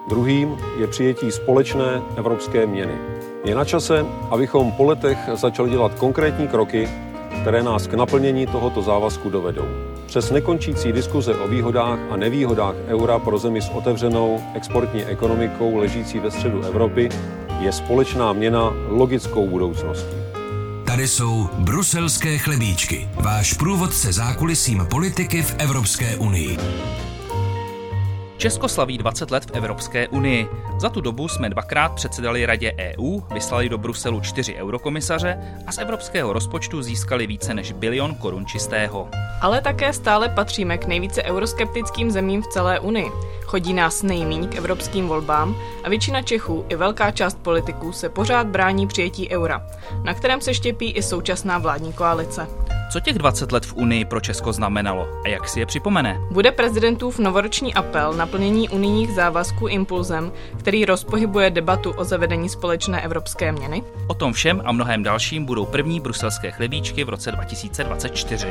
Druhým je přijetí společné evropské měny. Je na čase, abychom po letech začali dělat konkrétní kroky, které nás k naplnění tohoto závazku dovedou. Přes nekončící diskuze o výhodách a nevýhodách eura pro zemi s otevřenou exportní ekonomikou ležící ve středu Evropy je společná měna logickou budoucností. Tady jsou bruselské chlebíčky, váš průvodce zákulisím politiky v Evropské unii. Česko slaví 20 let v Evropské unii. Za tu dobu jsme dvakrát předsedali Radě EU, vyslali do Bruselu 4 eurokomisaře a z evropského rozpočtu získali více než 1 bilion korun čistého. Ale také stále patříme k nejvíce euroskeptickým zemím v celé Unii. Chodí nás nejmíň k evropským volbám a většina Čechů i velká část politiků se pořád brání přijetí eura, na kterém se štěpí i současná vládní koalice. Co těch 20 let v Unii pro Česko znamenalo a jak si je připomene? Bude prezidentův novoroční apel na plnění unijních závazků impulzem, který rozpohybuje debatu o zavedení společné evropské měny? O tom všem a mnohem dalším budou první bruselské chlebíčky v roce 2024.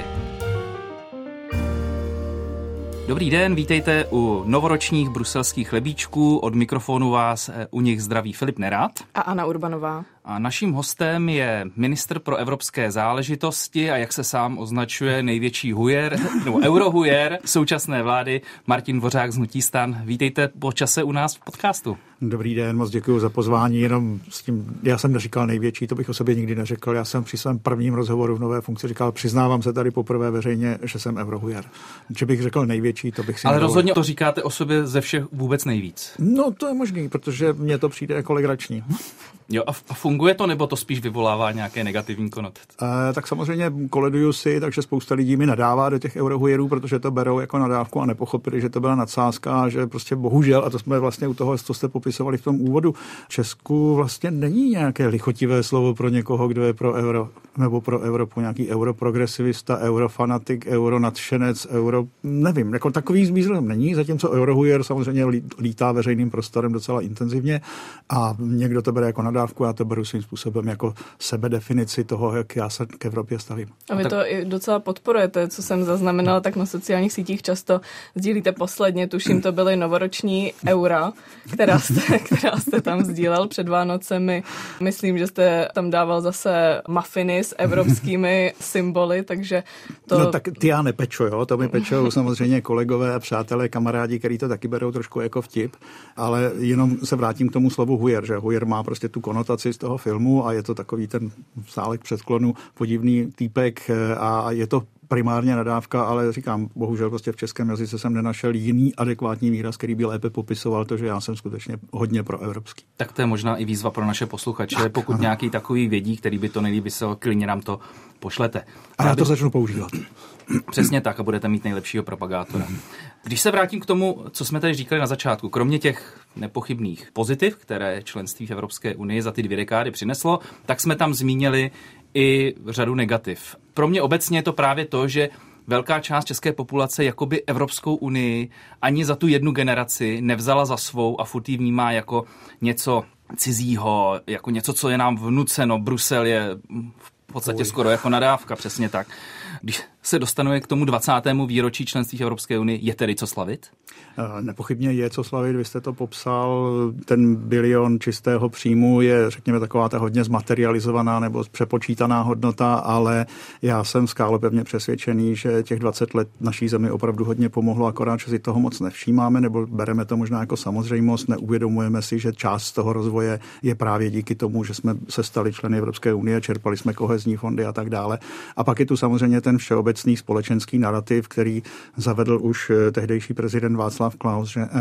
Dobrý den, vítejte u novoročních bruselských chlebíčků. Od mikrofonu vás u nich zdraví Filip Nerad a Anna Urbanová. A naším hostem je ministr pro evropské záležitosti a jak se sám označuje největší hujer, nebo eurohujer současné vlády Martin Dvořák z hnutí STAN. Vítejte po čase u nás v podcastu. Dobrý den, moc děkuji za pozvání, jenom s tím, já jsem neříkal největší, to bych o sobě nikdy neřekl, já jsem při svém prvním rozhovoru v nové funkci říkal, přiznávám se tady poprvé veřejně, že jsem eurohujer. Že bych řekl největší, to bych si ale nedovolil. Rozhodně to říkáte o sobě ze všech vůbec nejvíc. No to je možný, protože mně to přijde jako legrační. Jo, a funguje to, nebo to spíš vyvolává nějaké negativní konotace? Tak samozřejmě koleduju si, takže spousta lidí mi nadává do těch eurohujerů, protože to berou jako nadávku a nepochopili, že to byla nadsázka a že prostě bohužel, a to jsme vlastně u toho, co jste popisovali v tom úvodu, v Česku vlastně není nějaké lichotivé slovo pro někoho, kdo je pro euro nebo pro Evropu, nějaký europrogresivista, eurofanatik, euronadšenec, nevím, jako takový význam není, zatímco eurohujer samozřejmě lítá veřejným prostorem docela intenzivně a někdo to bere jako nadávku, já to beru svým způsobem jako sebedefinici toho, jak já se k Evropě stavím. A vy to i docela podporujete, co jsem zaznamenala, tak na sociálních sítích často sdílíte posledně, tuším, to byly novoroční eura, která jste tam sdílel před Vánocemi. Myslím, že jste tam dával zase mafiny s evropskými symboly, takže to... No tak ty já nepeču, jo, to mi pečou samozřejmě kolegové a přátelé, kamarádi, kteří to taky berou trošku jako vtip, ale jenom se vrátím k tomu slovu hujer, že hujer má prostě tu konotaci z toho filmu a je to takový ten sálek předklonu, podivný týpek a je to primárně nadávka, ale říkám, bohužel prostě v českém jazyce jsem nenašel jiný adekvátní výraz, který by lépe popisoval to, že já jsem skutečně hodně proevropský. Tak to je možná i výzva pro naše posluchače, tak, pokud ano. Nějaký takový vědí, který by to nejlíp vysel, klidně nám to pošlete. A já to začnu používat. Přesně tak a budete mít nejlepšího propagátora. Když se vrátím k tomu, co jsme tady říkali na začátku, kromě těch nepochybných pozitiv, které členství v Evropské unii za ty 2 dekády přineslo, tak jsme tam zmínili i řadu negativ. Pro mě obecně je to právě to, že velká část české populace jakoby Evropskou unii ani za tu jednu generaci nevzala za svou a furt ji vnímá jako něco cizího, jako něco, co je nám vnuceno. Brusel je v podstatě skoro jako nadávka, přesně tak. Když se dostaneme k tomu 20. výročí členství v Evropské unii, je tedy co slavit? Nepochybně je co slavit, vy jste to popsal, ten bilion čistého příjmu je, řekněme, taková ta hodně zmaterializovaná nebo přepočítaná hodnota, ale já jsem skálopevně přesvědčený, že těch 20 let naší zemi opravdu hodně pomohlo, akorát, že si toho moc nevšímáme, nebo bereme to možná jako samozřejmost, neuvědomujeme si, že část toho rozvoje je právě díky tomu, že jsme se stali členy Evropské unie, čerpali jsme kohezní fondy a tak dále. A pak je tu samozřejmě ten všeobecný společenský narrativ, který zavedl už tehdejší prezident Václav Klaus, že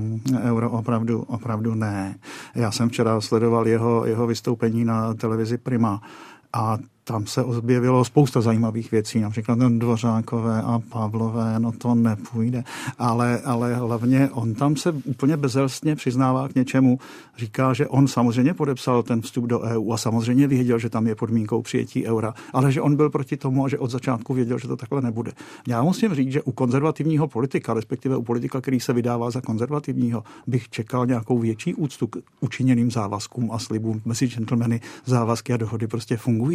euro opravdu ne. Já jsem včera sledoval jeho vystoupení na televizi Prima a tam se objevilo spousta zajímavých věcí, například Dvořákové a Pavlové, no to nepůjde, ale hlavně on tam se úplně bezelstně přiznává k něčemu, říká, že on samozřejmě podepsal ten vstup do EU a samozřejmě věděl, že tam je podmínkou přijetí eura, ale že on byl proti tomu a že od začátku věděl, že to takhle nebude. Já musím říct, že u konzervativního politika, respektive u politika, který se vydává za konzervativního, bych čekal nějakou větší úctu k učiněným závazkům a slibům. Mezi gentlemany závazky a dohody prostě fungují.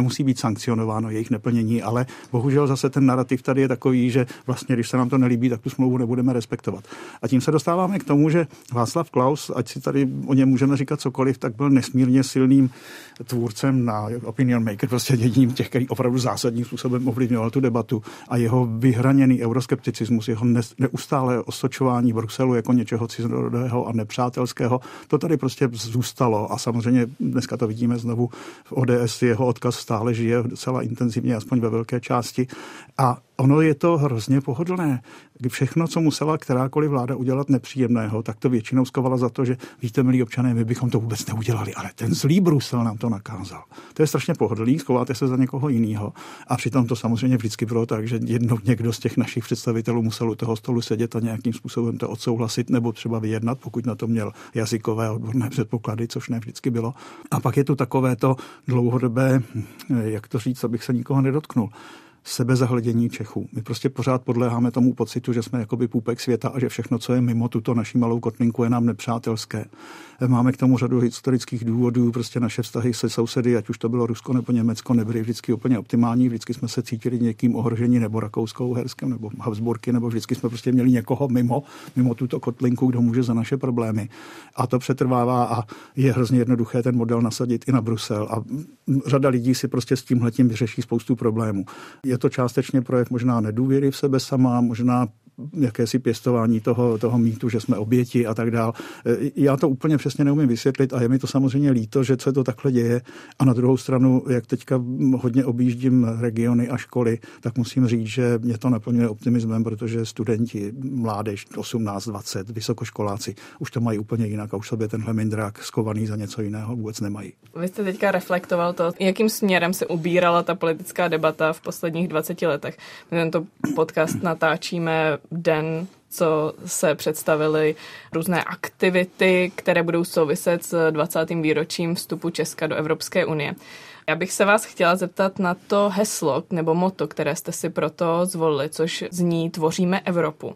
nemusí být sankcionováno jejich neplnění, ale bohužel zase ten narrativ tady je takový, že vlastně, když se nám to nelíbí, tak tu smlouvu nebudeme respektovat. A tím se dostáváme k tomu, že Václav Klaus, ať si tady o něm můžeme říkat cokoliv, tak byl nesmírně silným tvůrcem na opinion maker, prostě jedním těch, který opravdu zásadním způsobem ovlivňoval tu debatu, a jeho vyhraněný euroskepticismus, jeho neustálé osočování Bruselu jako něčeho cizorodého a nepřátelského, to tady prostě zůstalo a samozřejmě dneska to vidíme znovu v ODS, jeho odkaz stále žije docela intenzivně, aspoň ve velké části, a ono je to hrozně pohodlné. Všechno, co musela kterákoliv vláda udělat nepříjemného, tak to většinou skovala za to, že víte, milí občané, my bychom to vůbec neudělali, ale ten zlý Brusel nám to nakázal. To je strašně pohodlný, schováte se za někoho jiného. A přitom to samozřejmě vždycky bylo tak, že někdo z těch našich představitelů musel u toho stolu sedět a nějakým způsobem to odsouhlasit nebo třeba vyjednat, pokud na to měl jazykové odborné předpoklady, což ne vždycky bylo. A pak je tu takové to dlouhodobé, jak to říct, abych se nikoho nedotknul, sebezahledění Čechů. My prostě pořád podléháme tomu pocitu, že jsme jakoby půpek světa a že všechno, co je mimo tuto naší malou kotlinku, je nám nepřátelské. Máme k tomu řadu historických důvodů, prostě naše vztahy se sousedy, ať už to bylo Rusko nebo Německo, nebyly vždycky úplně optimální, vždycky jsme se cítili někým ohrožení, nebo Rakousko-Uherskem, nebo Habsburky, nebo vždycky jsme prostě měli někoho mimo tuto kotlinku, kdo může za naše problémy. A to přetrvává a je hrozně jednoduché ten model nasadit i na Brusel a řada lidí si prostě s tímhletím vyřeší spoustu problémů. Je to částečně projev možná nedůvěry v sebe sama, možná jakési pěstování toho mýtu, že jsme oběti a tak dál. Já to úplně přesně neumím vysvětlit a je mi to samozřejmě líto, že se to takhle děje. A na druhou stranu, jak teďka hodně objíždím regiony a školy, tak musím říct, že mě to naplňuje optimismem, protože studenti, mládež, 18, 20, vysokoškoláci už to mají úplně jinak a už sobě tenhle mindrák skovaný za něco jiného vůbec nemají. Vy jste teďka reflektoval to, jakým směrem se ubírala ta politická debata v posledních 20 letech. My tento podcast natáčíme den, co se představily různé aktivity, které budou souviset s 20. výročím vstupu Česka do Evropské unie. Já bych se vás chtěla zeptat na to heslo nebo motto, které jste si proto zvolili, což zní Tvoříme Evropu.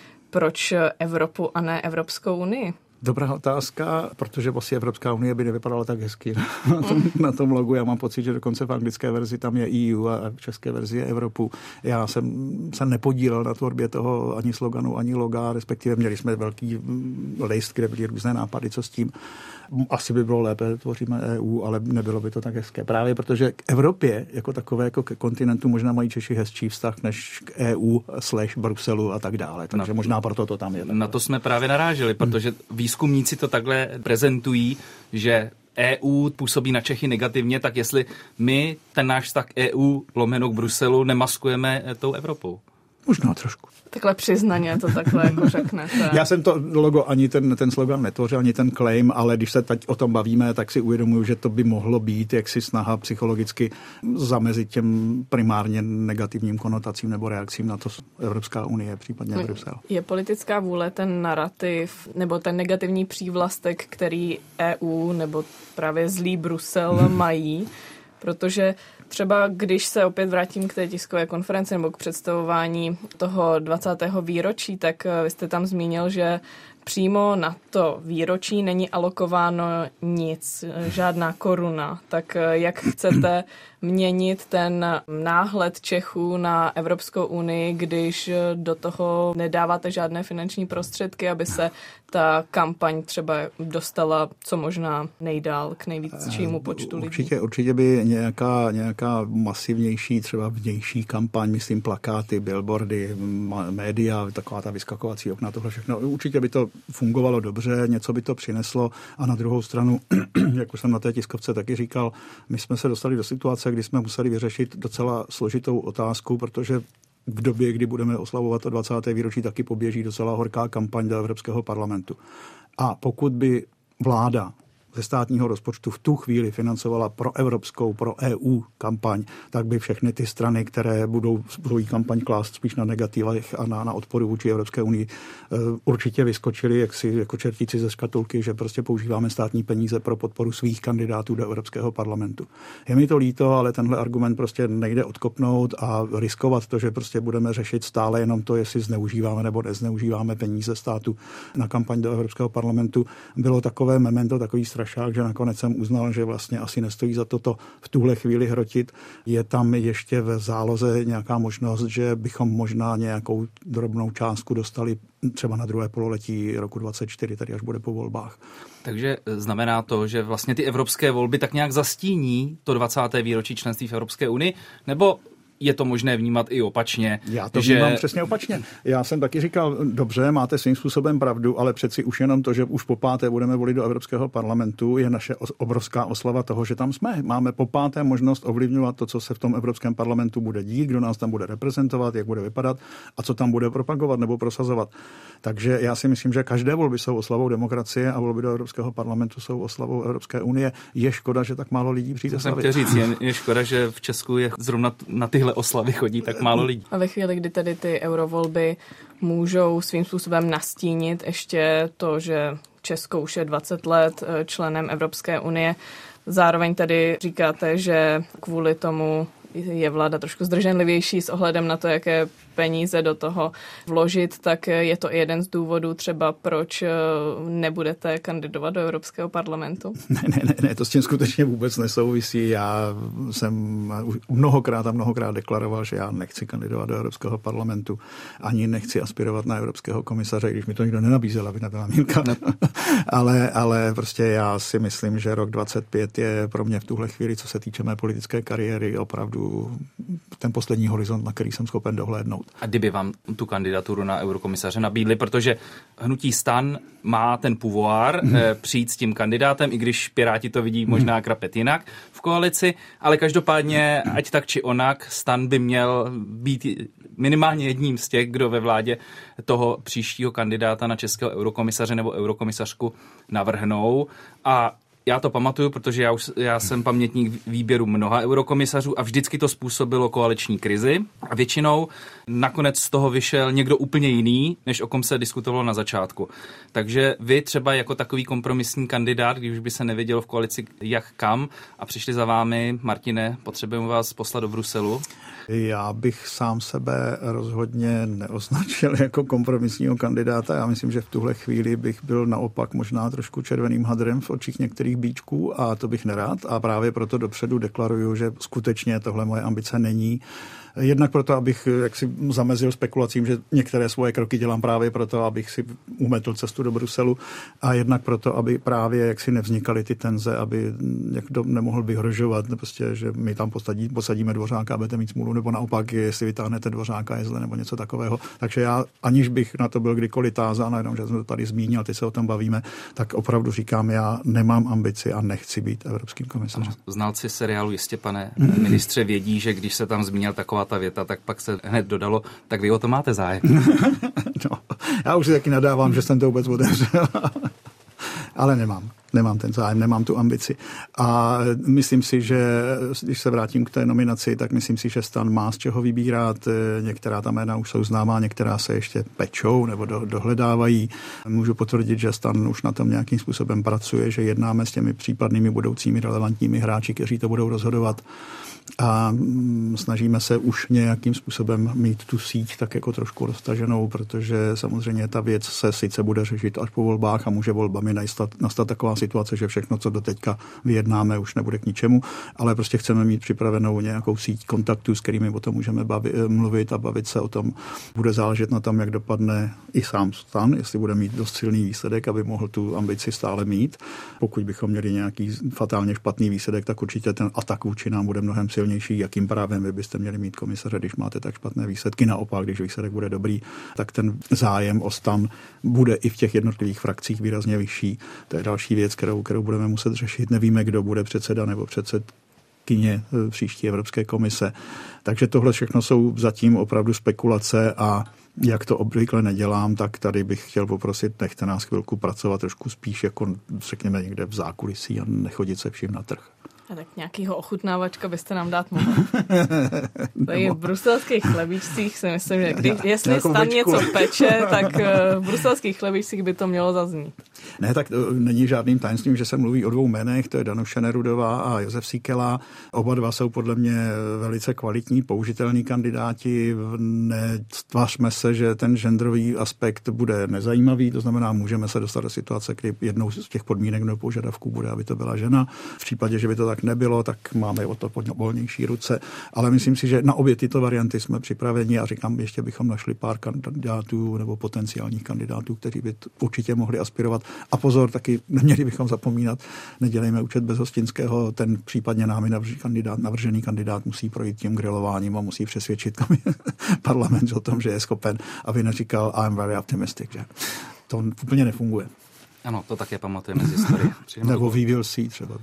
Proč Evropu a ne Evropskou unii? Dobrá otázka, protože vlastně Evropská unie by nevypadala tak hezky na tom logu. Já mám pocit, že dokonce v anglické verzi tam je EU a v české verzi je Evropu. Já jsem se nepodílel na tvorbě toho ani sloganu, ani loga, respektive měli jsme velký list, kde byly různé nápady, co s tím. Asi by bylo lépe, tvoříme EU, ale nebylo by to tak hezké. Právě protože k Evropě jako takové, jako ke kontinentu možná mají Češi hezčí vztah než k EU / Bruselu a tak dále. Takže možná proto to tam je. Na to jsme právě naráželi, protože výzkumníci to takhle prezentují, že EU působí na Čechy negativně, tak jestli my ten náš vztah EU / k Bruselu nemaskujeme tou Evropou. Možná trošku. Takhle přiznaně to takhle jako řeknete. Já jsem to logo ani ten slogan netvořil, ani ten claim, ale když se teď o tom bavíme, tak si uvědomuji, že to by mohlo být jaksi snaha psychologicky zamezit těm primárně negativním konotacím nebo reakcím na to Evropská unie, případně Brusel. Je politická vůle ten narrativ nebo ten negativní přívlastek, který EU nebo právě zlý Brusel mají, protože třeba když se opět vrátím k té tiskové konferenci nebo k představování toho 20. výročí, tak vy jste tam zmínil, že přímo na to výročí není alokováno nic, žádná koruna. Tak jak chcete měnit ten náhled Čechů na Evropskou unii, když do toho nedáváte žádné finanční prostředky, aby se ta kampaň třeba dostala co možná nejdál k největšímu počtu lidí? Určitě by nějaká masivnější, třeba vnější kampaň, myslím plakáty, billboardy, média, taková ta vyskakovací okna, tohle všechno. Určitě by to fungovalo dobře, něco by to přineslo a na druhou stranu, jak už jsem na té tiskovce taky říkal, my jsme se dostali do situace, kdy jsme museli vyřešit docela složitou otázku, protože v době, kdy budeme oslavovat to 20. výročí, taky poběží docela horká kampaň do Evropského parlamentu. A pokud by vláda ze státního rozpočtu v tu chvíli financovala pro EU kampaň, tak by všechny ty strany, které budou svoji kampaň klást spíš na negativech a na odporu vůči Evropské unii, určitě vyskočili jako čertíci ze škatulky, že prostě používáme státní peníze pro podporu svých kandidátů do Evropského parlamentu. Je mi to líto, ale tenhle argument prostě nejde odkopnout a riskovat to, že prostě budeme řešit stále jenom to, jestli zneužíváme nebo nezneužíváme peníze státu na kampaň do Evropského parlamentu, bylo takové memento, takový strašák, že nakonec jsem uznal, že vlastně asi nestojí za to v tuhle chvíli hrotit. Je tam ještě v záloze nějaká možnost, že bychom možná nějakou drobnou částku dostali třeba na druhé pololetí roku 2024, tedy až bude po volbách. Takže znamená to, že vlastně ty evropské volby tak nějak zastíní to 20. výročí členství v Evropské unii, nebo je to možné vnímat i opačně? Já to vnímám přesně opačně. Já jsem taky říkal, dobře, máte svým způsobem pravdu, ale přeci už jenom to, že už po páté budeme volit do Evropského parlamentu, je naše obrovská oslava toho, že tam jsme. Máme po páté možnost ovlivňovat to, co se v tom Evropském parlamentu bude dít, kdo nás tam bude reprezentovat, jak bude vypadat a co tam bude propagovat nebo prosazovat. Takže já si myslím, že každé volby jsou oslavou demokracie a volby do Evropského parlamentu jsou oslavou Evropské unie. Je škoda, že tak málo lidí přijde slavit. Jsem chtěl říct, je škoda, že v Česku je zrovna na tyhle oslavy chodí tak málo lidí. A ve chvíli, kdy tedy ty eurovolby můžou svým způsobem nastínit ještě to, že Česko už je 20 let členem Evropské unie, zároveň tedy říkáte, že kvůli tomu je vláda trošku zdrženlivější s ohledem na to, jaké peníze do toho vložit, tak je to jeden z důvodů třeba, proč nebudete kandidovat do Evropského parlamentu? Ne, to s tím skutečně vůbec nesouvisí. Já jsem mnohokrát deklaroval, že já nechci kandidovat do Evropského parlamentu, ani nechci aspirovat na evropského komisaře, když mi to nikdo nenabízel, aby nebyla mýmka. ale prostě já si myslím, že rok 25 je pro mě v tuhle chvíli, co se týče mé politické kariéry, opravdu ten poslední horizont, na který jsem schopen dohlédnout. A kdyby vám tu kandidaturu na eurokomisaře nabídli, protože hnutí STAN má ten pouvoir přijít s tím kandidátem, i když Piráti to vidí možná krapet jinak v koalici, ale každopádně, ať tak či onak, STAN by měl být minimálně jedním z těch, kdo ve vládě toho příštího kandidáta na českého eurokomisaře nebo eurokomisařku navrhnou. A já to pamatuju, protože já jsem pamětník výběru mnoha eurokomisařů a vždycky to způsobilo koaliční krizi a většinou nakonec z toho vyšel někdo úplně jiný, než o kom se diskutovalo na začátku. Takže vy třeba jako takový kompromisní kandidát, když už by se nevědělo v koalici jak kam a přišli za vámi, Martine, potřebujeme vás poslat do Bruselu? Já bych sám sebe rozhodně neoznačil jako kompromisního kandidáta. Já myslím, že v tuhle chvíli bych byl naopak možná trošku červeným hadrem v očích některých bíčků a to bych nerád a právě proto dopředu deklaruju, že skutečně tohle moje ambice není. Jednak proto, abych jaksi zamezil spekulacím, že některé svoje kroky dělám právě proto, abych si umetl cestu do Bruselu a jednak proto, aby právě jaksi nevznikaly ty tenze, aby někdo nemohl vyhrožovat, prostě, že my tam posadíme Dvořáka a budete mít smůlu, nebo naopak, jestli vytáhnete Dvořáka je zle, nebo něco takového. Takže já, aniž bych na to byl kdykoliv tázán, jenom že jsem to tady zmínil, teď se o tom bavíme, tak opravdu říkám, já nemám ambici a nechci být evropským komisařem. Znalci seriálu jistě, pane ministře, vědí, že když se tam zmínil taková ta věta, tak pak se hned dodalo, tak vy o to máte zájem. No, já už si taky nadávám, že jsem to vůbec otevřel. Ale nemám ten zájem, nemám tu ambici. A myslím si, že když se vrátím k té nominaci, tak myslím si, že STAN má z čeho vybírat. Některá ta jména už jsou známá, některá se ještě pečou nebo dohledávají. Můžu potvrdit, že STAN už na tom nějakým způsobem pracuje, že jednáme s těmi případnými budoucími relevantními hráči, kteří to budou rozhodovat. A snažíme se už nějakým způsobem mít tu síť tak jako trošku roztaženou, protože samozřejmě ta věc se sice bude řešit až po volbách a může volbami nastat taková situace, že všechno, co doteďka vyjednáme, už nebude k ničemu, ale prostě chceme mít připravenou nějakou síť kontaktů, s kterými o tom můžeme mluvit a bavit se o tom. Bude záležet na tom, jak dopadne i sám STAN, jestli bude mít dost silný výsledek, aby mohl tu ambici stále mít. Pokud bychom měli nějaký fatálně špatný výsledek, tak určitě ten atak vůči nám bude mnohem silnější, jakým právem vy byste měli mít komisaře, když máte tak špatné výsledky. Naopak, když výsledek bude dobrý, tak ten zájem o STAN bude i v těch jednotlivých frakcích výrazně vyšší. To je další věc, kterou budeme muset řešit. Nevíme, kdo bude předseda nebo předsedkyně příští Evropské komise. Takže tohle všechno jsou zatím opravdu spekulace a jak to obvykle nedělám, tak tady bych chtěl poprosit, nechte nás chvilku pracovat trošku spíš jako řekněme někde v zákulisí a nechodit se vším na trh. A tak nějakýho ochutnávačka byste nám dát mohl. Tady v bruselských chlebíčcích si myslím, že jestli STAN něco peče, tak v bruselských chlebíčcích by to mělo zaznít. Ne, tak není žádným tajemstvím, že se mluví o dvou jménech, to je Danuše Nerudová a Josef Síkela. Oba dva jsou podle mě velice kvalitní, použitelní kandidáti. Netvařme se, že ten genderový aspekt bude nezajímavý, to znamená, můžeme se dostat do situace, kdy jednou z těch podmínek nebo požadavků bude, aby to byla žena. V případě, že by to tak nebylo, tak máme o to volnější ruce. Ale myslím si, že na obě tyto varianty jsme připraveni a říkám, ještě bychom našli pár kandidátů nebo potenciálních kandidátů, kteří by určitě mohli aspirovat. A pozor, taky neměli bychom zapomínat, nedělejme účet bez hostinského, ten případně námi navržený kandidát musí projít tím grilováním a musí přesvědčit parlament o tom, že je schopen, aby neříkal I'm very optimistic, že to úplně nefunguje. Ano, to také pamatujeme z historie. Nebo we will see třeba.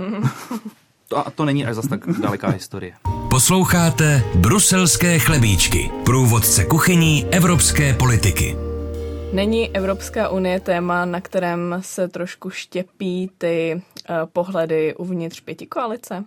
To není až zas tak daleká historie. Posloucháte Bruselské chlebíčky, průvodce kuchyní evropské politiky. Není Evropská unie téma, na kterém se trošku štěpí ty pohledy uvnitř pětikoalice?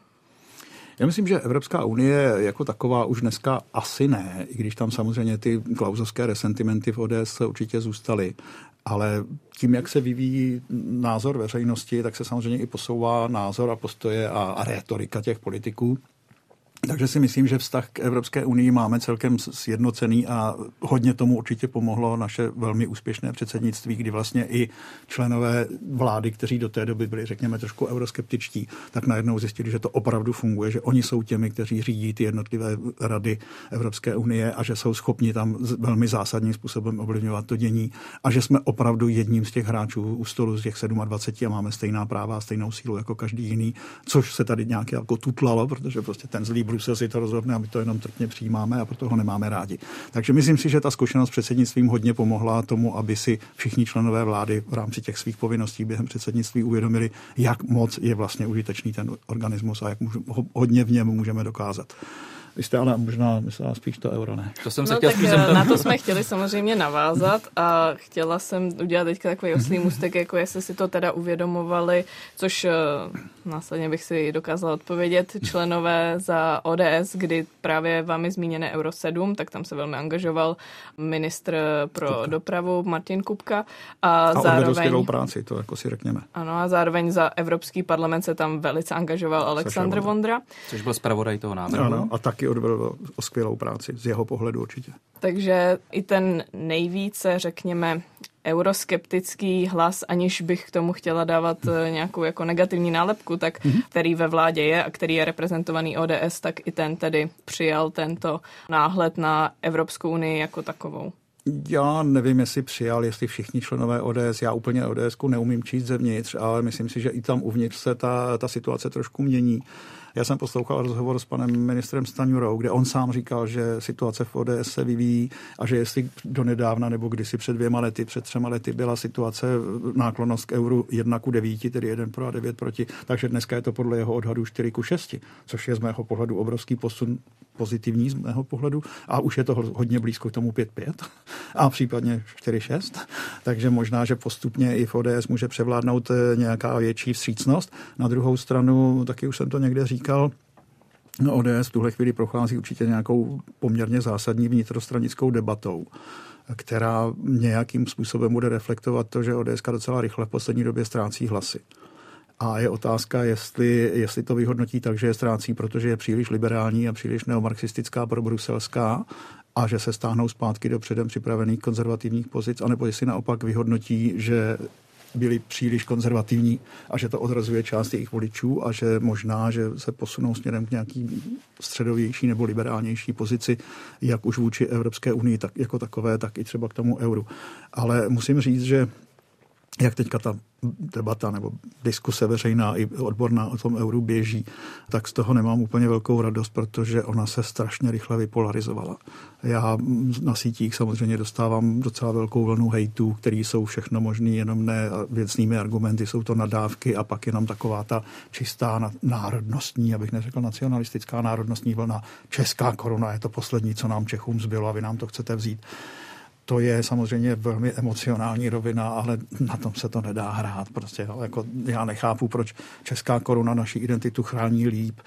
Já myslím, že Evropská unie jako taková už dneska asi ne, i když tam samozřejmě ty klausovské resentimenty v ODS určitě zůstaly. Ale tím, jak se vyvíjí názor veřejnosti, tak se samozřejmě i posouvá názor a postoje a rétorika těch politiků. Takže si myslím, že vztah k Evropské unii máme celkem sjednocený a hodně tomu určitě pomohlo naše velmi úspěšné předsednictví, kdy vlastně i členové vlády, kteří do té doby byli, řekněme, trošku euroskeptičtí, tak najednou zjistili, že to opravdu funguje, že oni jsou těmi, kteří řídí ty jednotlivé rady Evropské unie a že jsou schopni tam velmi zásadním způsobem ovlivňovat to dění a že jsme opravdu jedním z těch hráčů u stolu z těch 27 a máme stejná práva a stejnou sílu jako každý jiný, což se tady nějak jako tutlalo, protože prostě ten zlý Brusel si to rozhodne a my to jenom trpně přijímáme a proto ho nemáme rádi. Takže myslím si, že ta zkušenost s předsednictvím hodně pomohla tomu, aby si všichni členové vlády v rámci těch svých povinností během předsednictví uvědomili, jak moc je vlastně užitečný ten organismus a jak hodně v něm můžeme dokázat. Vy jste ale možná myslela spíš to euro, ne? To jsem se chtěl spíš zeptat. Na to jsme chtěli samozřejmě navázat a chtěla jsem udělat teďka takový oslý můstek, jako jestli si to teda uvědomovali, což následně bych si dokázala odpovědět, členové za ODS, kdy právě vámi zmíněné Euro 7, tak tam se velmi angažoval ministr pro dopravu Martin Kupka. A zároveň skvělou práci, to jako si řekněme. Ano, a zároveň za Evropský parlament se tam velice angažoval Alexandr Vondra. Což byl zpravodaj toho návrhu. Ano, a taky odvedl o skvělou práci, z jeho pohledu určitě. Takže i ten nejvíce, řekněme, euroskeptický hlas, aniž bych k tomu chtěla dávat nějakou jako negativní nálepku, tak který ve vládě je a který je reprezentovaný ODS, tak i ten tedy přijal tento náhled na Evropskou unii jako takovou. Já nevím, jestli přijal, jestli všichni členové ODS, já úplně ODSku neumím číst zevnitř, ale myslím si, že i tam uvnitř se ta situace trošku mění. Já jsem poslouchal rozhovor s panem ministrem Staňurou, kde on sám říkal, že situace v ODS se vyvíjí a že jestli donedávna nebo kdysi před 2 lety, před 3 lety byla situace náklonnost k euru 1:9, tedy 1 pro a 9 proti, takže dneska je to podle jeho odhadu 4:6, což je z mého pohledu obrovský posun, pozitivní z mého pohledu a už je to hodně blízko k tomu 5:5 a případně 4:6, takže možná, že postupně i v ODS může převládnout nějaká větší vstřícnost. Na druhou stranu, taky už jsem to někde říkal, ODS v tuhle chvíli prochází určitě nějakou poměrně zásadní vnitrostranickou debatou, která nějakým způsobem bude reflektovat to, že ODS docela rychle v poslední době ztrácí hlasy. A je otázka, jestli to vyhodnotí tak, že je ztrácí, protože je příliš liberální a příliš neomarxistická probruselská a že se stáhnou zpátky do předem připravených konzervativních pozic, anebo jestli naopak vyhodnotí, že byli příliš konzervativní a že to odrazuje část jejich voličů a že možná, že se posunou směrem k nějaký středovější nebo liberálnější pozici, jak už vůči Evropské unii, tak jako takové, tak i třeba k tomu euru. Ale musím říct, že jak teďka ta debata nebo diskuse veřejná i odborná o tom euru běží, tak z toho nemám úplně velkou radost, protože ona se strašně rychle vypolarizovala. Já na sítích samozřejmě dostávám docela velkou vlnu hejtů, který jsou všechno možný, jenom ne věcnými argumenty, jsou to nadávky a pak jenom taková ta čistá národnostní, abych neřekl nacionalistická národnostní vlna. Česká koruna je to poslední, co nám Čechům zbylo a vy nám to chcete vzít. to je samozřejmě velmi emocionální rovina, ale na tom se to nedá hrát. Prostě, jako já nechápu, proč česká koruna naši identitu chrání líp,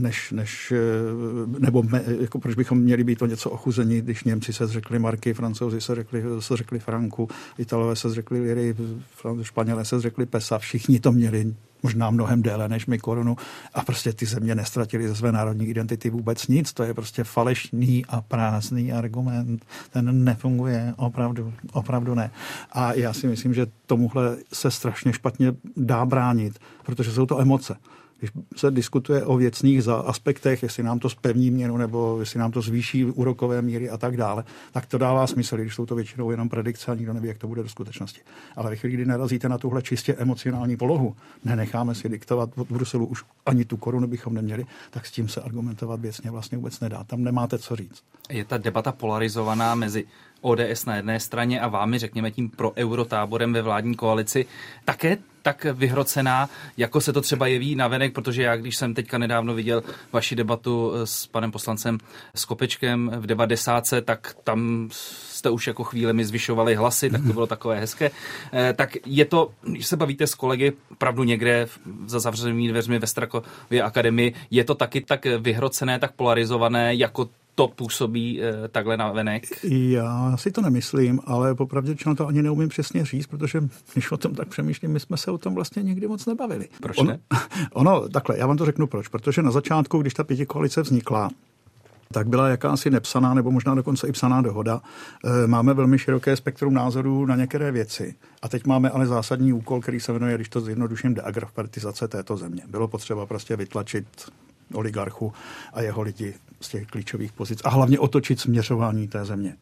jako proč bychom měli být o něco ochuzení, když Němci se zřekli marky, Francouzi se zřekli franku, Italové se zřekli liry, Španělé se zřekli pesa, všichni to měli možná mnohem déle než my korunu a prostě ty země nestratili ze své národní identity vůbec nic. To je prostě falešný a prázdný argument. Ten nefunguje, opravdu ne. A já si myslím, že tomuhle se strašně špatně dá bránit, protože jsou to emoce. Když se diskutuje o věcných aspektech, jestli nám to zpevní měnu nebo jestli nám to zvýší úrokové míry a tak dále, tak to dává smysl, když jsou to většinou jenom predikce a nikdo neví, jak to bude do skutečnosti. Ale ve chvíli, kdy narazíte na tuhle čistě emocionální polohu, nenecháme si diktovat od Bruselu, už ani tu korunu bychom neměli, tak s tím se argumentovat věcně vlastně vůbec nedá. Tam nemáte co říct. Je ta debata polarizovaná mezi ODS na jedné straně a vámi, řekněme tím pro eurotáborem ve vládní koalici, také tak vyhrocená, jako se to třeba jeví navenek, protože já, když jsem teďka nedávno viděl vaši debatu s panem poslancem Skopečkem v 90, tak tam jste už jako chvílemi zvyšovali hlasy, tak to bylo takové hezké. Tak je to, když se bavíte s kolegy opravdu někde za zavřenými dveřmi ve Strakově akademii, je to taky tak vyhrocené, tak polarizované, jako to působí takhle navenek? Já si to nemyslím, ale popravdě to ani neumím přesně říct, protože když o tom tak přemýšlím, my jsme se o tom vlastně nikdy moc nebavili. Proč ne? Takhle, já vám to řeknu proč. Protože na začátku, když ta pětikoalice vznikla, tak byla jakási nepsaná nebo možná dokonce i psaná dohoda. Máme velmi široké spektrum názorů na některé věci. A teď máme ale zásadní úkol, který se jmenuje, když to zjednoduším, deagropartizace této země. Bylo potřeba prostě vytlačit oligarchu a jeho lidi z těch klíčových pozic a hlavně otočit směřování té země.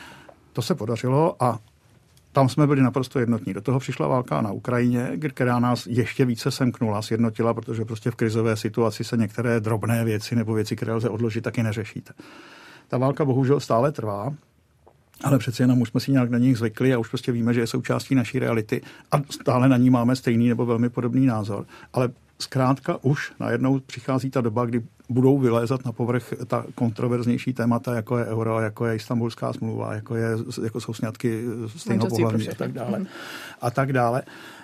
To se podařilo a tam jsme byli naprosto jednotní. Do toho přišla válka na Ukrajině, která nás ještě více semknula, sjednotila, protože prostě v krizové situaci se některé drobné věci nebo věci, které lze odložit, taky neřešíte. Ta válka bohužel stále trvá, ale přece jenom už jsme si nějak na nich zvykli a už prostě víme, že je součástí naší reality a stále na ní máme stejný nebo velmi podobný názor. Ale zkrátka už najednou přichází ta doba, kdy budou vylézat na povrch ta kontroverznější témata, jako je euro, jako je Istanbulská smlouva, jako jsou sňatky stejnopohlavní a tak dále. A tak dále.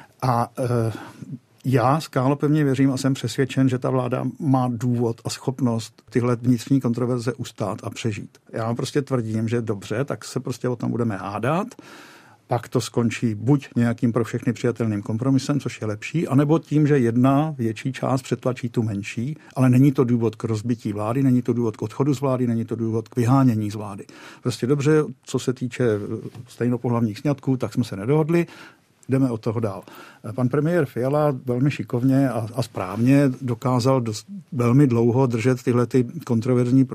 A já skálopevně věřím a jsem přesvědčen, že ta vláda má důvod a schopnost tyhle vnitřní kontroverze ustát a přežít. Já prostě tvrdím, že dobře, tak se prostě o tom budeme hádat, pak to skončí buď nějakým pro všechny přijatelným kompromisem, což je lepší, anebo tím, že jedna větší část přetlačí tu menší, ale není to důvod k rozbití vlády, není to důvod k odchodu z vlády, není to důvod k vyhánění z vlády. Prostě dobře, co se týče stejnopohlavních sňatků, tak jsme se nedohodli, jdeme od toho dál. Pan premiér Fiala velmi šikovně a správně dokázal velmi dlouho držet tyhle ty kontroverzní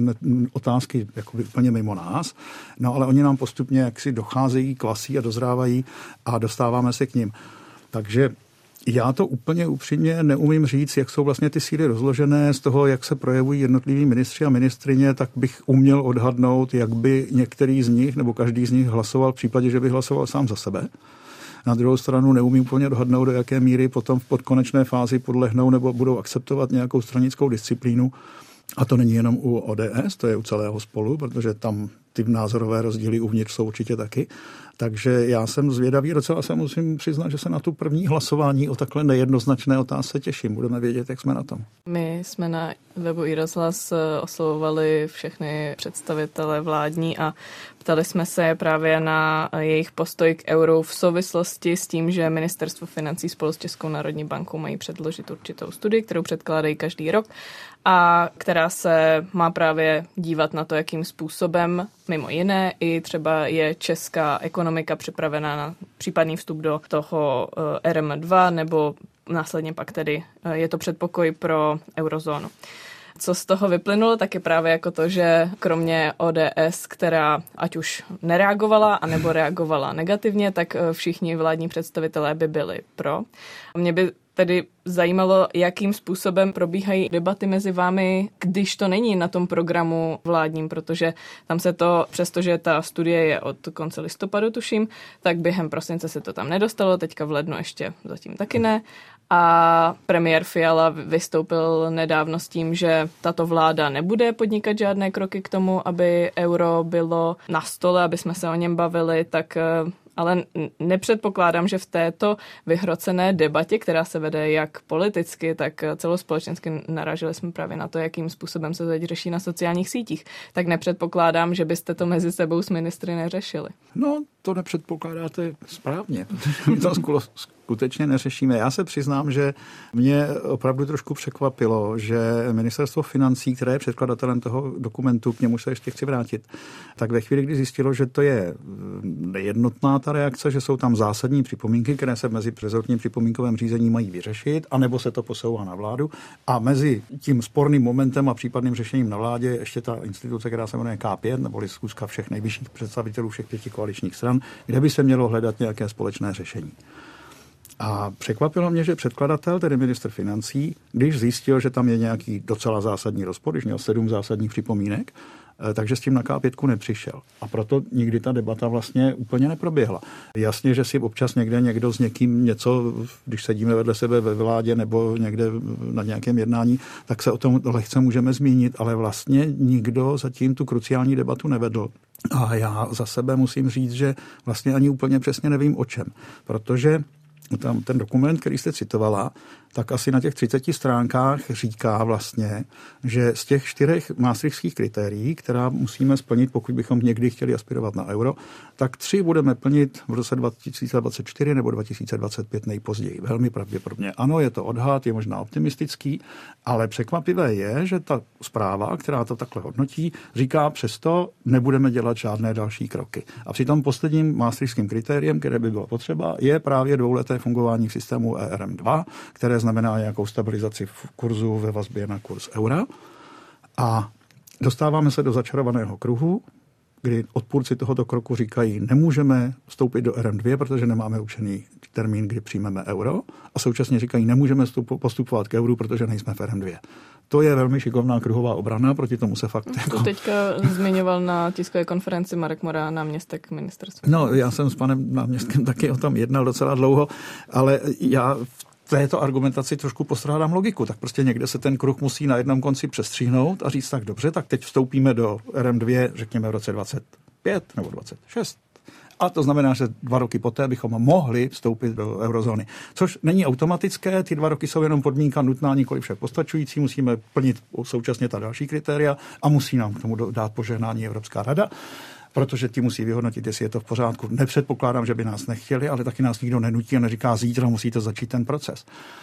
otázky jako úplně mimo nás, no ale oni nám postupně jaksi docházejí, kvasí a dozrávají a dostáváme se k nim. Takže já to úplně upřímně neumím říct, jak jsou vlastně ty síly rozložené z toho, jak se projevují jednotliví ministři a ministrině, tak bych uměl odhadnout, jak by některý z nich nebo každý z nich hlasoval v případě, že by hlasoval sám za sebe. Na druhou stranu neumím úplně dohadnout, do jaké míry potom v podkonečné fázi podlehnou nebo budou akceptovat nějakou stranickou disciplínu. A to není jenom u ODS, to je u celého Spolu, protože tam ty názorové rozdíly uvnitř jsou určitě taky. Takže já jsem zvědavý, docela se musím přiznat, že se na tu první hlasování o takhle nejednoznačné otázce těším. Budeme vědět, jak jsme na tom. My jsme na webu iRozhlas oslovovali všechny představitele vládní a ptali jsme se právě na jejich postoj k euru v souvislosti s tím, že Ministerstvo financí spolu s Českou národní bankou mají předložit určitou studii, kterou předkládají každý rok a která se má právě dívat na to, jakým způsobem mimo jiné i třeba je česká ekonomika připravená na případný vstup do toho RM2 nebo následně pak tedy je to předpokoj pro eurozónu. Co z toho vyplynulo, tak je právě jako to, že kromě ODS, která ať už nereagovala, anebo reagovala negativně, tak všichni vládní představitelé by byli pro. Mě by tedy zajímalo, jakým způsobem probíhají debaty mezi vámi, když to není na tom programu vládním, protože tam se to, přestože ta studie je od konce listopadu, tuším, tak během prosince se to tam nedostalo, teďka v lednu ještě zatím taky ne. A premiér Fiala vystoupil nedávno s tím, že tato vláda nebude podnikat žádné kroky k tomu, aby euro bylo na stole, aby jsme se o něm bavili, tak ale nepředpokládám, že v této vyhrocené debatě, která se vede jak politicky, tak celospolečensky, naráželi jsme právě na to, jakým způsobem se teď řeší na sociálních sítích, tak nepředpokládám, že byste to mezi sebou s ministry neřešili. No, to nepředpokládáte správně, protože my to skutečně neřešíme. Já se přiznám, že mě opravdu trošku překvapilo, že ministerstvo financí, které je předkladatelem toho dokumentu, k němu se ještě chci vrátit, tak ve chvíli, kdy zjistilo, že to je nejednotná ta reakce, že jsou tam zásadní připomínky, které se mezi rezortním připomínkovém řízení mají vyřešit, anebo se to posouvá na vládu. A mezi tím sporným momentem a případným řešením na vládě je ještě ta instituce, která se jmenuje K5, neboli schůzka všech nejvyšších představitelů všech 5 koaličních stran, kde by se mělo hledat nějaké společné řešení. A překvapilo mě, že předkladatel, tedy ministr financí, když zjistil, že tam je nějaký docela zásadní rozpor, když měl 7 zásadních připomínek, takže s tím na K5 nepřišel. A proto nikdy ta debata vlastně úplně neproběhla. Jasně, že si občas někdo s někým něco, když sedíme vedle sebe ve vládě nebo někde na nějakém jednání, tak se o tom lehce můžeme zmínit, ale vlastně nikdo zatím tu kruciální debatu nevedl. A já za sebe musím říct, že vlastně ani úplně přesně nevím o čem, protože tam ten dokument, který jste citovala, tak asi na těch 30 stránkách říká vlastně, že z těch 4 maastrichtských kritérií, která musíme splnit, pokud bychom někdy chtěli aspirovat na euro, tak 3 budeme plnit v roce 2024 nebo 2025 nejpozději. Velmi pravděpodobně. Ano, je to odhad, je možná optimistický, ale překvapivé je, že ta zpráva, která to takhle hodnotí, říká přesto nebudeme dělat žádné další kroky. A při tom posledním maastrichtským kritériem, které by bylo potřeba, je právě dvouleté fungování v systému ERM2, které znamená nějakou stabilizaci v kurzu ve vazbě na kurz eura. A dostáváme se do začarovaného kruhu, kdy odpůrci tohoto kroku říkají, nemůžeme vstoupit do RM2, protože nemáme určený termín, kdy přijmeme euro, a současně říkají, nemůžeme postupovat k euru, protože nejsme v RM2. To je velmi šikovná kruhová obrana, proti tomu se fakt... To teďka zmiňoval na tiskové konferenci Marek Mora, náměstek ministerstva. No, já jsem s panem náměstkem taky o tom jednal docela dlouho, ale já v této argumentaci trošku postrádám logiku. Tak prostě někde se ten kruh musí na jednom konci přestříhnout a říct tak dobře, tak teď vstoupíme do RM2, řekněme v roce 25 nebo 26. A to znamená, že 2 roky poté bychom mohli vstoupit do eurozóny. Což není automatické, ty 2 roky jsou jenom podmínka nutná, nikoli však postačující, musíme plnit současně ta další kritéria a musí nám k tomu dát požehnání Evropská rada, protože ti musí vyhodnotit, jestli je to v pořádku. Nepředpokládám, že by nás nechtěli, ale taky nás nikdo nenutí a neříká, zítra musíte začít ten proces.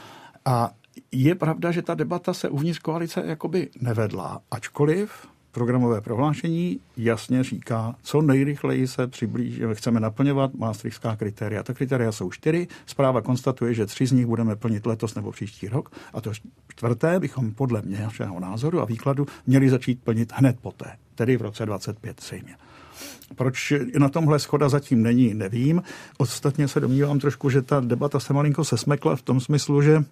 A je pravda, že ta debata se uvnitř koalice jakoby nevedla, ačkoliv programové prohlášení jasně říká, co nejrychleji se přiblížíme, chceme naplňovat maastrichtská kritéria. Ta kritéria jsou 4, zpráva konstatuje, že 3 z nich budeme plnit letos nebo příští rok a to 4. bychom podle našeho názoru a výkladu měli začít plnit hned poté, tedy v roce 25 zřejmě. Proč na tomhle shoda zatím není, nevím. Ostatně se domnívám trošku, že ta debata se malinko sesmekla v tom smyslu, že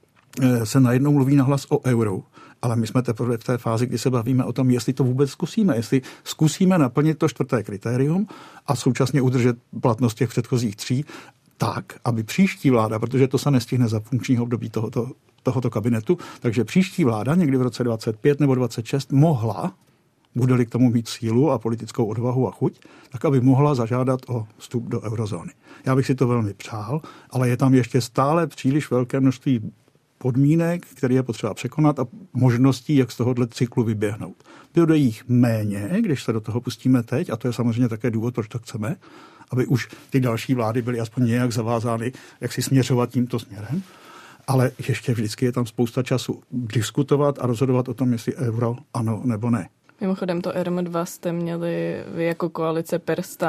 se najednou mluví nahlas o euru. Ale my jsme teprve v té fázi, kdy se bavíme o tom, jestli to vůbec zkusíme. Jestli zkusíme naplnit to 4. kritérium a současně udržet platnost těch předchozích 3, tak, aby příští vláda, protože to se nestihne za funkčního období tohoto kabinetu, takže příští vláda někdy v roce 25 nebo 26 mohla, bude-li k tomu mít sílu a politickou odvahu a chuť, tak aby mohla zažádat o vstup do eurozóny. Já bych si to velmi přál, ale je tam ještě stále příliš velké množství podmínek, které je potřeba překonat a možností, jak z tohohle cyklu vyběhnout. Bude jich méně, když se do toho pustíme teď, a to je samozřejmě také důvod, proč to chceme, aby už ty další vlády byly aspoň nějak zavázány, jak si směřovat tímto směrem. Ale ještě vždycky je tam spousta času diskutovat a rozhodovat o tom, jestli euro ano nebo ne. Mimochodem to RM2 jste měli vy jako koalice PirSTAN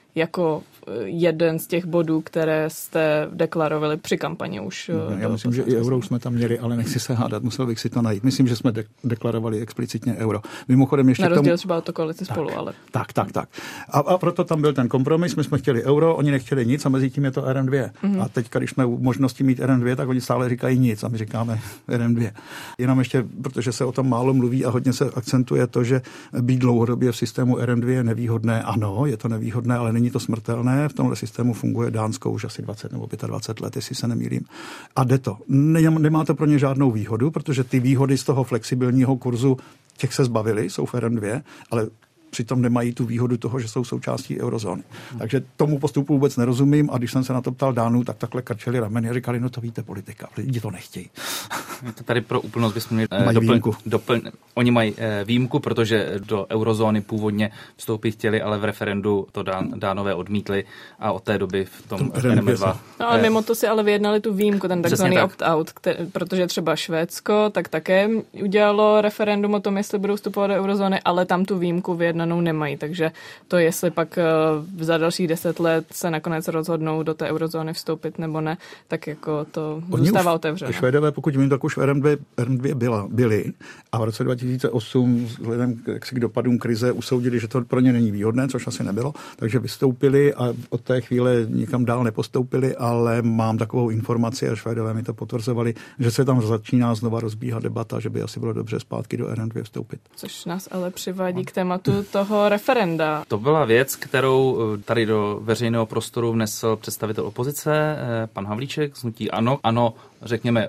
jako jeden z těch bodů, které jste deklarovali při kampani už. Já myslím, že i euro jsme tam měli, ale nechci se hádat, musel bych si to najít. Myslím, že jsme deklarovali explicitně euro. Mimochodem ještě na rozdíl třeba od koalice Spolu, ale... Tak. A proto tam byl ten kompromis, my jsme chtěli euro, oni nechtěli nic a mezi tím je to RM2. A teď, když jsme možnosti mít RM2, tak oni stále říkají nic a my říkáme RM2. Jenom ještě, protože se o tom málo mluví a hodně se akcentuje to, že být dlouhodobě v systému RM2 je nevýhodné. Ano, je to nevýhodné, ale není to smrtelné. V tomhle systému funguje Dánsko už asi 20 nebo 25 let, jestli se nemýlím. A jde to. Nemá to pro ně žádnou výhodu, protože ty výhody z toho flexibilního kurzu, těch se zbavili, jsou v RM2, ale přitom nemají tu výhodu toho, že jsou součástí eurozóny. Takže tomu postupu vůbec nerozumím a když jsem se na to ptal Dánů, tak takhle krčeli rameny a říkali, no to víte, politika, lidi to nechtějí. To tady pro úplnost bychom měli oni mají výjimku, protože do eurozóny původně vstoupit chtěli, ale v referendu to Dánové odmítli a od té doby v tom RM2. No ale mimo to si ale vyjednali tu výjimku, ten takzvaný opt-out, protože třeba Švédsko tak také udělalo referendum o tom, jestli budou vstupovat do eurozóny, ale tam tu výjimku vyjednanou nemají, takže to, jestli pak za dalších 10 let se nakonec rozhodnou do té eurozóny vstoupit nebo ne, tak jako to zůstává otevřené. Švédové, pokud vím, tak už v RM2 byli a v roce 2008 vzhledem k dopadům krize usoudili, že to pro ně není výhodné, což asi nebylo, takže vystoupili a od té chvíle nikam dál nepostoupili, ale mám takovou informaci a Švédové mi to potvrzovali, že se tam začíná znova rozbíhat debata, že by asi bylo dobře zpátky do RM2 vstoupit. Což nás ale přivádí k tématu toho referenda. To byla věc, kterou tady do veřejného prostoru vnesl představitel opozice, pan Havlíček z hnutí ANO. ANO, řekněme,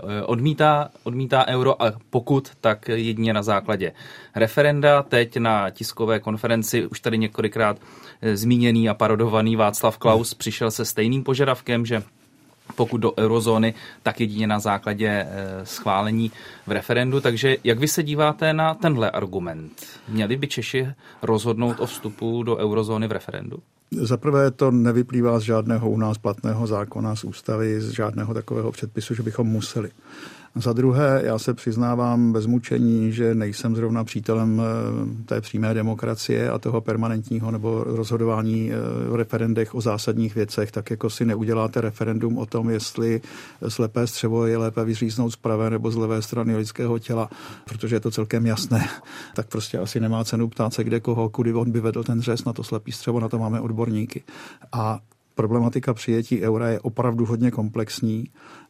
odmítá euro a pokud, tak jedině na základě referenda. Teď na tiskové konferenci už tady několikrát zmíněný a parodovaný Václav Klaus přišel se stejným požadavkem, že pokud do eurozóny, tak jedině na základě schválení v referendu. Takže jak vy se díváte na tenhle argument? Měli by Češi rozhodnout o vstupu do eurozóny v referendu? Za prvé to nevyplývá z žádného u nás platného zákona, z ústavy, z žádného takového předpisu, že bychom museli. Za druhé, já se přiznávám bez mučení, že nejsem zrovna přítelem té přímé demokracie a toho permanentního nebo rozhodování v referendech o zásadních věcech, tak jako si neuděláte referendum o tom, jestli slepé střevo je lépe vyříznout z pravé nebo z levé strany lidského těla, protože je to celkem jasné, tak prostě asi nemá cenu ptát se kde koho, kudy on by vedl ten řez na to slepý střevo, na to máme odborníky. A problematika přijetí eura je opravdu hodně komplexní.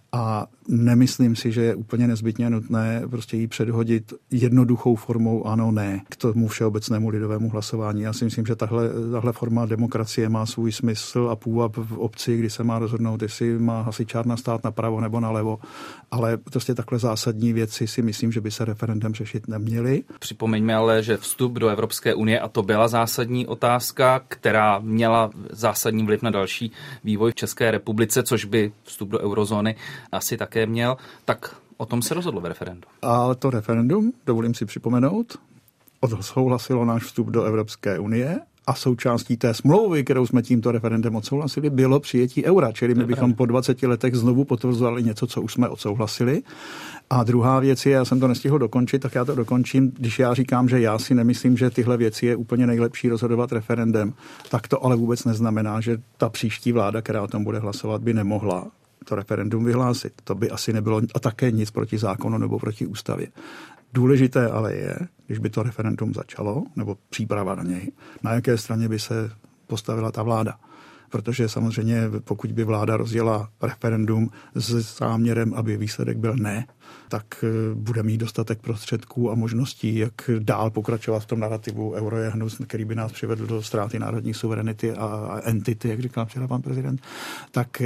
A nemyslím si, že je úplně nezbytně nutné prostě jí předhodit jednoduchou formou ano, ne k tomu všeobecnému lidovému hlasování. Já si myslím, že tahle forma demokracie má svůj smysl a půvab v obci, kdy se má rozhodnout, jestli má hasičárna stát napravo nebo nalevo. Ale prostě takhle zásadní věci si myslím, že by se referendem řešit neměly. Připomeňme ale, že vstup do Evropské unie, a to byla zásadní otázka, která měla zásadní vliv na další vývoj v České republice, což by vstup do eurozóny asi také měl, tak o tom se rozhodlo v referendu. A to referendum, dovolím si připomenout, odsouhlasilo náš vstup do Evropské unie a součástí té smlouvy, kterou jsme tímto referendem odsouhlasili, bylo přijetí eura, čili my bychom po 20 letech znovu potvrzovali něco, co už jsme odsouhlasili. A druhá věc je, já jsem to nestihl dokončit, tak já to dokončím, když já říkám, že já si nemyslím, že tyhle věci je úplně nejlepší rozhodovat referendem, tak to ale vůbec neznamená, že ta příští vláda, která o tom bude hlasovat, by nemohla to referendum vyhlásit. To by asi nebylo a také nic proti zákonu nebo proti ústavě. Důležité ale je, když by to referendum začalo, nebo příprava na něj, na jaké straně by se postavila ta vláda. Protože samozřejmě, pokud by vláda rozjela referendum s záměrem, aby výsledek byl ne, tak bude mít dostatek prostředků a možností, jak dál pokračovat v tom narrativu euro je hnus, který by nás přivedl do ztráty národní suverenity a entity, jak říkal včera pan prezident. Tak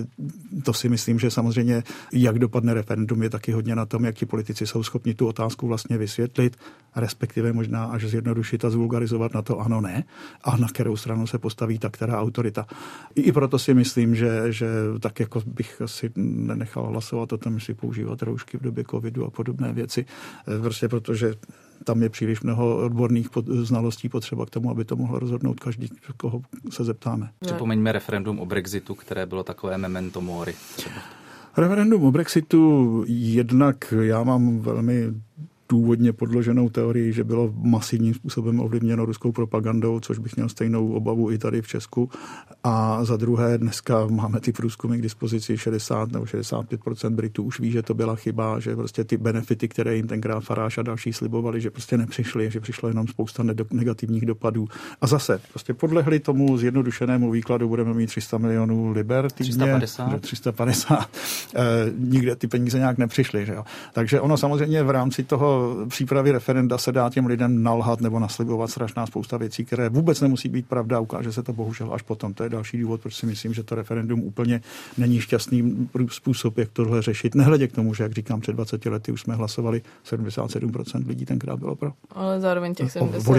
to si myslím, že samozřejmě, jak dopadne referendum, je taky hodně na tom, jak ti politici jsou schopni tu otázku vlastně vysvětlit, respektive možná až zjednodušit a zvulgarizovat na to ano, ne, a na kterou stranu se postaví ta která autorita. I proto si myslím, že tak jako bych asi nenechal hlasovat o tom, jestli používat roušky v době covidu a podobné věci, prostě protože tam je příliš mnoho odborných znalostí potřeba k tomu, aby to mohlo rozhodnout každý, koho se zeptáme. Připomeňme referendum o Brexitu, které bylo takové memento mori. Třeba. Referendum o Brexitu jednak já mám velmi důvodně podloženou teorii, že bylo masivním způsobem ovlivněno ruskou propagandou, což bych měl stejnou obavu i tady v Česku. A za druhé, dneska máme ty průzkumy k dispozici, 60 nebo 65% Britů už ví, že to byla chyba, že prostě ty benefity, které jim tenkrát Farage a další slibovali, že prostě nepřišly, že přišlo jenom spousta negativních dopadů. A zase prostě podlehli tomu zjednodušenému výkladu, budeme mít 300 milionů liber týdně. 350. Nikde ty peníze nějak nepřišly. Že jo? Takže ono samozřejmě v rámci toho přípravy referenda se dá těm lidem nalhat nebo naslibovat strašná spousta věcí, které vůbec nemusí být pravda, ukáže se to bohužel až potom. To je další důvod, proč si myslím, že to referendum úplně není šťastný způsob, jak tohle řešit. Nehledě k tomu, že, jak říkám, před 20 lety už jsme hlasovali, 77% lidí tenkrát bylo pro. Ale zároveň těch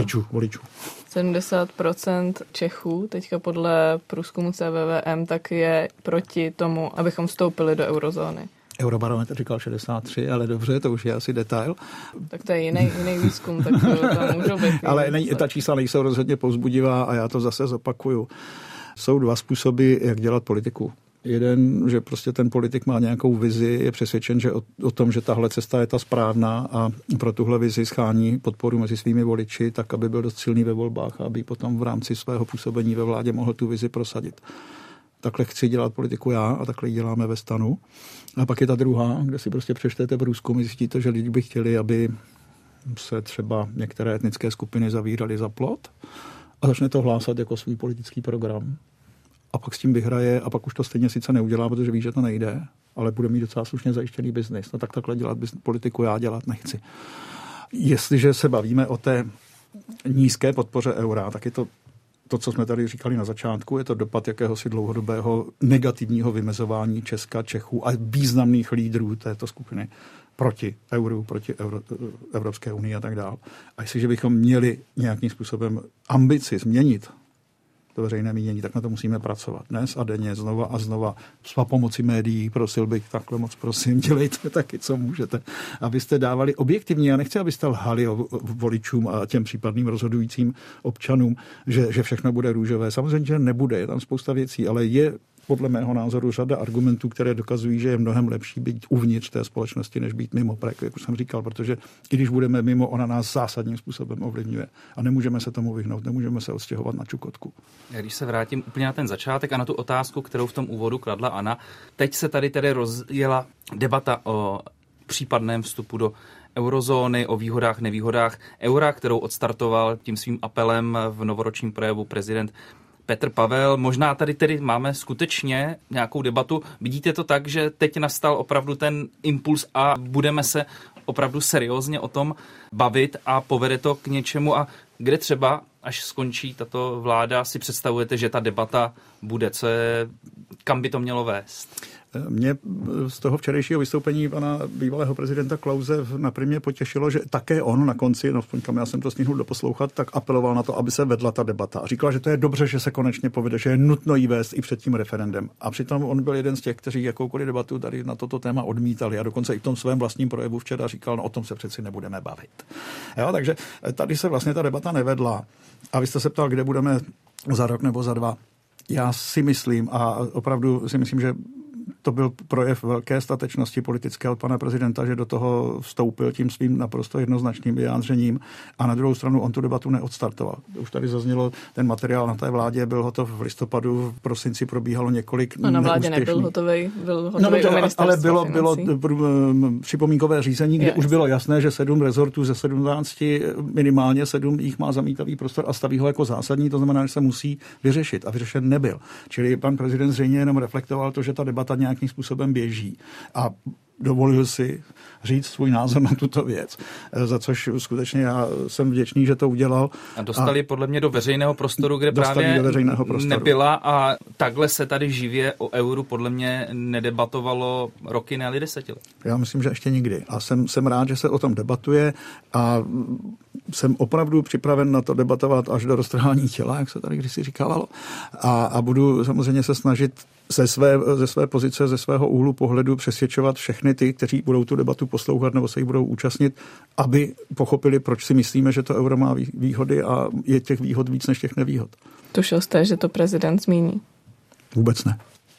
70% Čechů, teďka podle průzkumu CVVM, tak je proti tomu, abychom vstoupili do eurozóny. Eurobarometr říkal 63, ale dobře, to už je asi detail. Tak to je jiný výzkum, tak to tam můžou být. Ale ta čísla nejsou rozhodně povzbudivá a já to zase zopakuju. Jsou dva způsoby, jak dělat politiku. Jeden, že prostě ten politik má nějakou vizi, je přesvědčen, že o tom, že tahle cesta je ta správná a pro tuhle vizi schání podporu mezi svými voliči, tak aby byl dost silný ve volbách a aby potom v rámci svého působení ve vládě mohl tu vizi prosadit. Takhle chci dělat politiku já a takhle ji děláme ve STANu. A pak je ta druhá, kde si prostě přečtete průzkum, zjistíte, že lidi by chtěli, aby se třeba některé etnické skupiny zavíraly za plot a začne to hlásat jako svůj politický program. A pak s tím vyhraje a pak už to stejně sice neudělá, protože ví, že to nejde, ale bude mít docela slušně zajištěný biznis. No tak takhle dělat politiku já dělat nechci. Jestliže se bavíme o té nízké podpoře eura, tak je to, co jsme tady říkali na začátku, je to dopad jakéhosi dlouhodobého negativního vymezování Česka, Čechů a významných lídrů této skupiny proti euru, proti Evropské unii a tak dále. A jestliže bychom měli nějakým způsobem ambici změnit to veřejné mínění, tak na to musíme pracovat dnes a denně znova a znova. S pomocí médií, prosil bych, takhle moc prosím, dělejte taky, co můžete, abyste dávali objektivně. Já nechci, abyste lhali o voličům a těm případným rozhodujícím občanům, že všechno bude růžové. Samozřejmě, že nebude, je tam spousta věcí, ale je podle mého názoru řada argumentů, které dokazují, že je mnohem lepší být uvnitř té společnosti, než být mimo, jak už jsem říkal, protože i když budeme mimo, ona nás zásadním způsobem ovlivňuje a nemůžeme se tomu vyhnout, nemůžeme se odstěhovat na Čukotku. Když se vrátím úplně na ten začátek a na tu otázku, kterou v tom úvodu kladla Anna, teď se tady tedy rozjela debata o případném vstupu do eurozóny, o výhodách, nevýhodách eura, kterou odstartoval tím svým apelem v novoročním projevu prezident Petr Pavel. Možná tady tedy máme skutečně nějakou debatu. Vidíte to tak, že teď nastal opravdu ten impuls a budeme se opravdu seriózně o tom bavit a povede to k něčemu a kde třeba, až skončí tato vláda, si představujete, že ta debata bude? Kam by to mělo vést? Mě z toho včerejšího vystoupení pana bývalého prezidenta Klause na Primě potěšilo, že také on na konci, kam já jsem to stihnul doposlouchat, tak apeloval na to, aby se vedla ta debata. A říkal, že to je dobře, že se konečně povede, že je nutno jí vést i před tím referendem. A přitom on byl jeden z těch, kteří jakoukoliv debatu tady na toto téma odmítali a dokonce i v tom svém vlastním projevu včera říkal, no o tom se přeci nebudeme bavit. Jo, takže tady se vlastně ta debata nevedla. A vy jste se ptal, kde budeme za rok nebo za dva. Já si myslím a opravdu si myslím, že to byl projev velké statečnosti politické od pana prezidenta, že do toho vstoupil tím svým naprosto jednoznačným vyjádřením a na druhou stranu on tu debatu neodstartoval. Už tady zaznělo, ten materiál na té vládě byl hotov v listopadu, v prosinci probíhalo několik na vládě nebyl hotový, ale bylo připomínkové řízení, kde už bylo jasné, že 7 rezortů ze 17, minimálně 7 jich má zamítavý prostor a staví ho jako zásadní, to znamená, že se musí vyřešit a vyřešen nebyl. Čili pan prezident zřejmě jenom reflektoval to, že ta debata nějakým způsobem běží a dovolil si říct svůj názor na tuto věc, za což skutečně já jsem vděčný, že to udělal. A dostali podle mě do veřejného prostoru, kde právě nebyla a takhle se tady živě o euru podle mě nedebatovalo roky, ne-li desetiletí. Já myslím, že ještě nikdy. A jsem rád, že se o tom debatuje a jsem opravdu připraven na to debatovat až do roztrhání těla, jak se tady kdysi říkávalo. A budu samozřejmě se snažit ze své pozice, ze svého úhlu pohledu přesvědčovat všechny ty, kteří budou tu debatu poslouchat nebo se jí budou účastnit, aby pochopili, proč si myslíme, že to euro má výhody a je těch výhod víc než těch nevýhod. Tušil jste, že to prezident zmíní? Vůbec ne.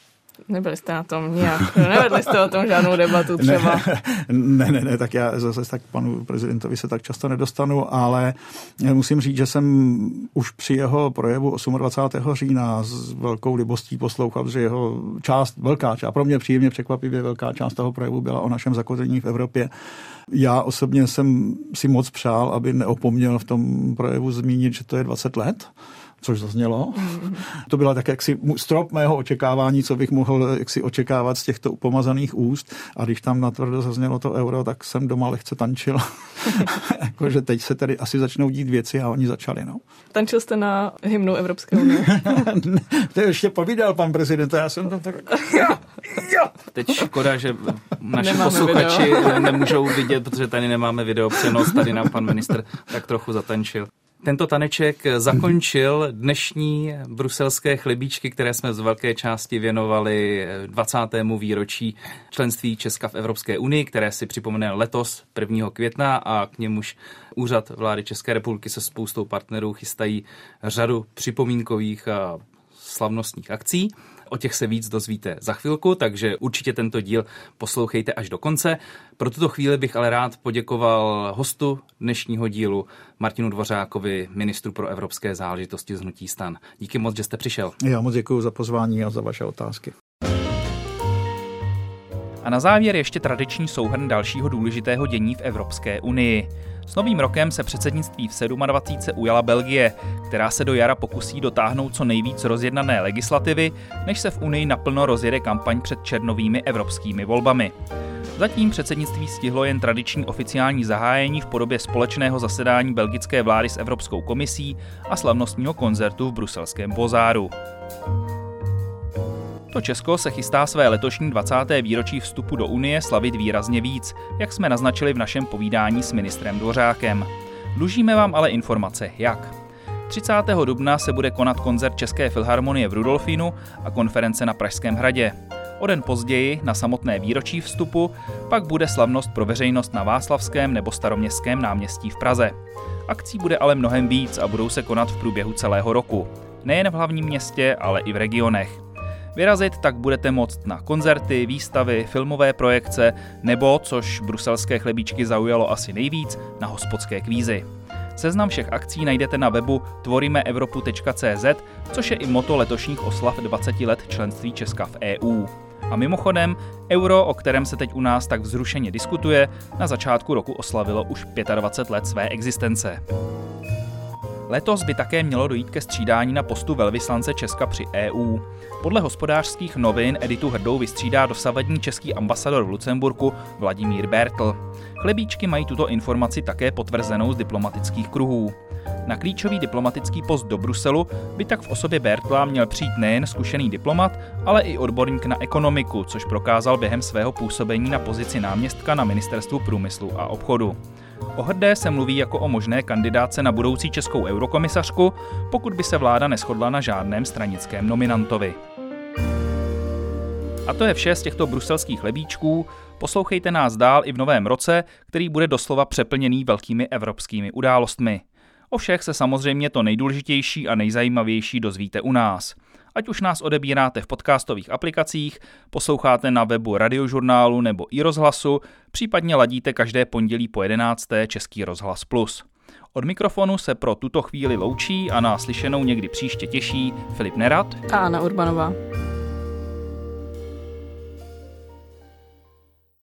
Nebyli jste na tom nějak, nevedli jste o tom žádnou debatu třeba? Ne, tak já zase tak panu prezidentovi se tak často nedostanu, ale musím říct, že jsem už při jeho projevu 28. října s velkou libostí poslouchal, že jeho velká část, pro mě příjemně překvapivě velká část toho projevu byla o našem zakotvení v Evropě. Já osobně jsem si moc přál, aby neopomněl v tom projevu zmínit, že to je 20 let, což zaznělo. To byla tak jaksi strop mého očekávání, co bych mohl jaksi očekávat z těchto pomazaných úst. A když tam natvrdo zaznělo to euro, tak jsem doma lehce tančil. Jakože teď se tady asi začnou dít věci a oni začali. No. Tančil jste na hymnu Evropské unie? To ještě povídal pan prezident, já jsem tam tak... Teď škoda, že naši posluchači nemůžou vidět, protože tady nemáme video přenos, tady nám pan ministr tak trochu zatančil. Tento taneček zakončil dnešní bruselské chlebíčky, které jsme z velké části věnovali 20. výročí členství Česka v Evropské unii, které si připomene letos 1. května a k němuž úřad vlády České republiky se spoustou partnerů chystají řadu připomínkových a slavnostních akcí. O těch se víc dozvíte za chvilku, takže určitě tento díl poslouchejte až do konce. Pro tuto chvíli bych ale rád poděkoval hostu dnešního dílu Martinu Dvořákovi, ministru pro evropské záležitosti z hnutí STAN. Díky moc, že jste přišel. Já moc děkuji za pozvání a za vaše otázky. A na závěr ještě tradiční souhrn dalšího důležitého dění v Evropské unii. S novým rokem se předsednictví v 27. ujala Belgie, která se do jara pokusí dotáhnout co nejvíc rozjednané legislativy, než se v Unii naplno rozjede kampaň před červnovými evropskými volbami. Zatím předsednictví stihlo jen tradiční oficiální zahájení v podobě společného zasedání belgické vlády s Evropskou komisí a slavnostního koncertu v bruselském Bozáru. To Česko se chystá své letošní 20. výročí vstupu do Unie slavit výrazně víc, jak jsme naznačili v našem povídání s ministrem Dvořákem. Dlužíme vám ale informace, jak. 30. dubna se bude konat koncert České filharmonie v Rudolfínu a konference na Pražském hradě. O den později, na samotné výročí vstupu, pak bude slavnost pro veřejnost na Václavském nebo Staroměstském náměstí v Praze. Akcí bude ale mnohem víc a budou se konat v průběhu celého roku. Nejen v hlavním městě, ale i v regionech. Vyrazit tak budete moct na koncerty, výstavy, filmové projekce nebo, což bruselské chlebíčky zaujalo asi nejvíc, na hospodské kvízy. Seznam všech akcí najdete na webu tvorimeevropu.cz, což je i motto letošních oslav 20 let členství Česka v EU. A mimochodem, euro, o kterém se teď u nás tak vzrušeně diskutuje, na začátku roku oslavilo už 25 let své existence. Letos by také mělo dojít ke střídání na postu velvyslance Česka při EU. Podle Hospodářských novin Editu Hrdou vystřídá dosavadní český ambasador v Lucemburku Vladimír Bertl. Chlebíčky mají tuto informaci také potvrzenou z diplomatických kruhů. Na klíčový diplomatický post do Bruselu by tak v osobě Bertla měl přijít nejen zkušený diplomat, ale i odborník na ekonomiku, což prokázal během svého působení na pozici náměstka na Ministerstvu průmyslu a obchodu. O Hrdé se mluví jako o možné kandidáce na budoucí českou eurokomisařku, pokud by se vláda neshodla na žádném stranickém nominantovi. A to je vše z těchto bruselských chlebíčků. Poslouchejte nás dál i v novém roce, který bude doslova přeplněný velkými evropskými událostmi. O všech se samozřejmě to nejdůležitější a nejzajímavější dozvíte u nás. Ať už nás odebíráte v podcastových aplikacích, posloucháte na webu Radiožurnálu nebo i Rozhlasu, případně ladíte každé pondělí po 11. Český rozhlas Plus. Od mikrofonu se pro tuto chvíli loučí a na slyšenou někdy příště těší Filip Nerad a Anna Urbanová.